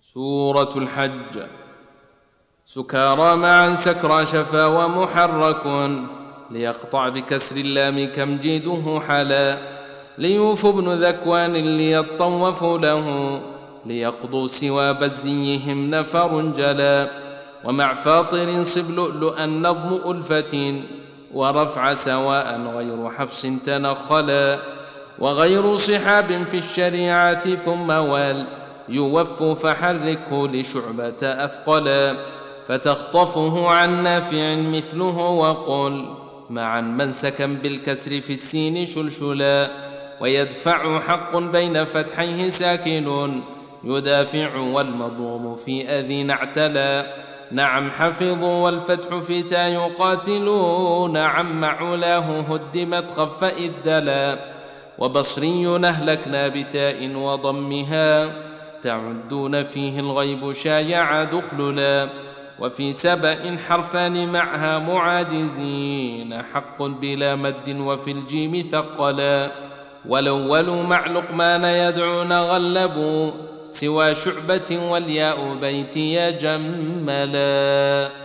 سورة الحج. سكارى معا سكرى شفا ومحرك ليقطع بكسر اللام كمجيده حلا ليوف بن ذكوان ليطوفوا له ليقضوا سوى بزيهم نفر جلا ومع فاطر صب لؤلؤا نظم ألفة ورفع سواء غير حفص تنخلا وغير صحاب في الشريعة ثم يوف فحركه لشعبة أثقلا فتخطفه عن نافع مثله وقل معا منسكا بالكسر في السين شلشلا ويدفع حق بين فتحيه ساكن يدافع والمضموم في أذين اعتلى نعم حفظوا والفتح في تا يقاتلون نعم علاه هدمت خف إذ دلا وبصري أهلكنا بتاء وضمها تعدون فيه الغيب شايع دخللا وفي سبأ حرفان معها معاجزين حق بلا مد وفي الجيم ثقلا والأول مع لقمان يدعون غلبوا سوى شعبة والياء بيتي جملا.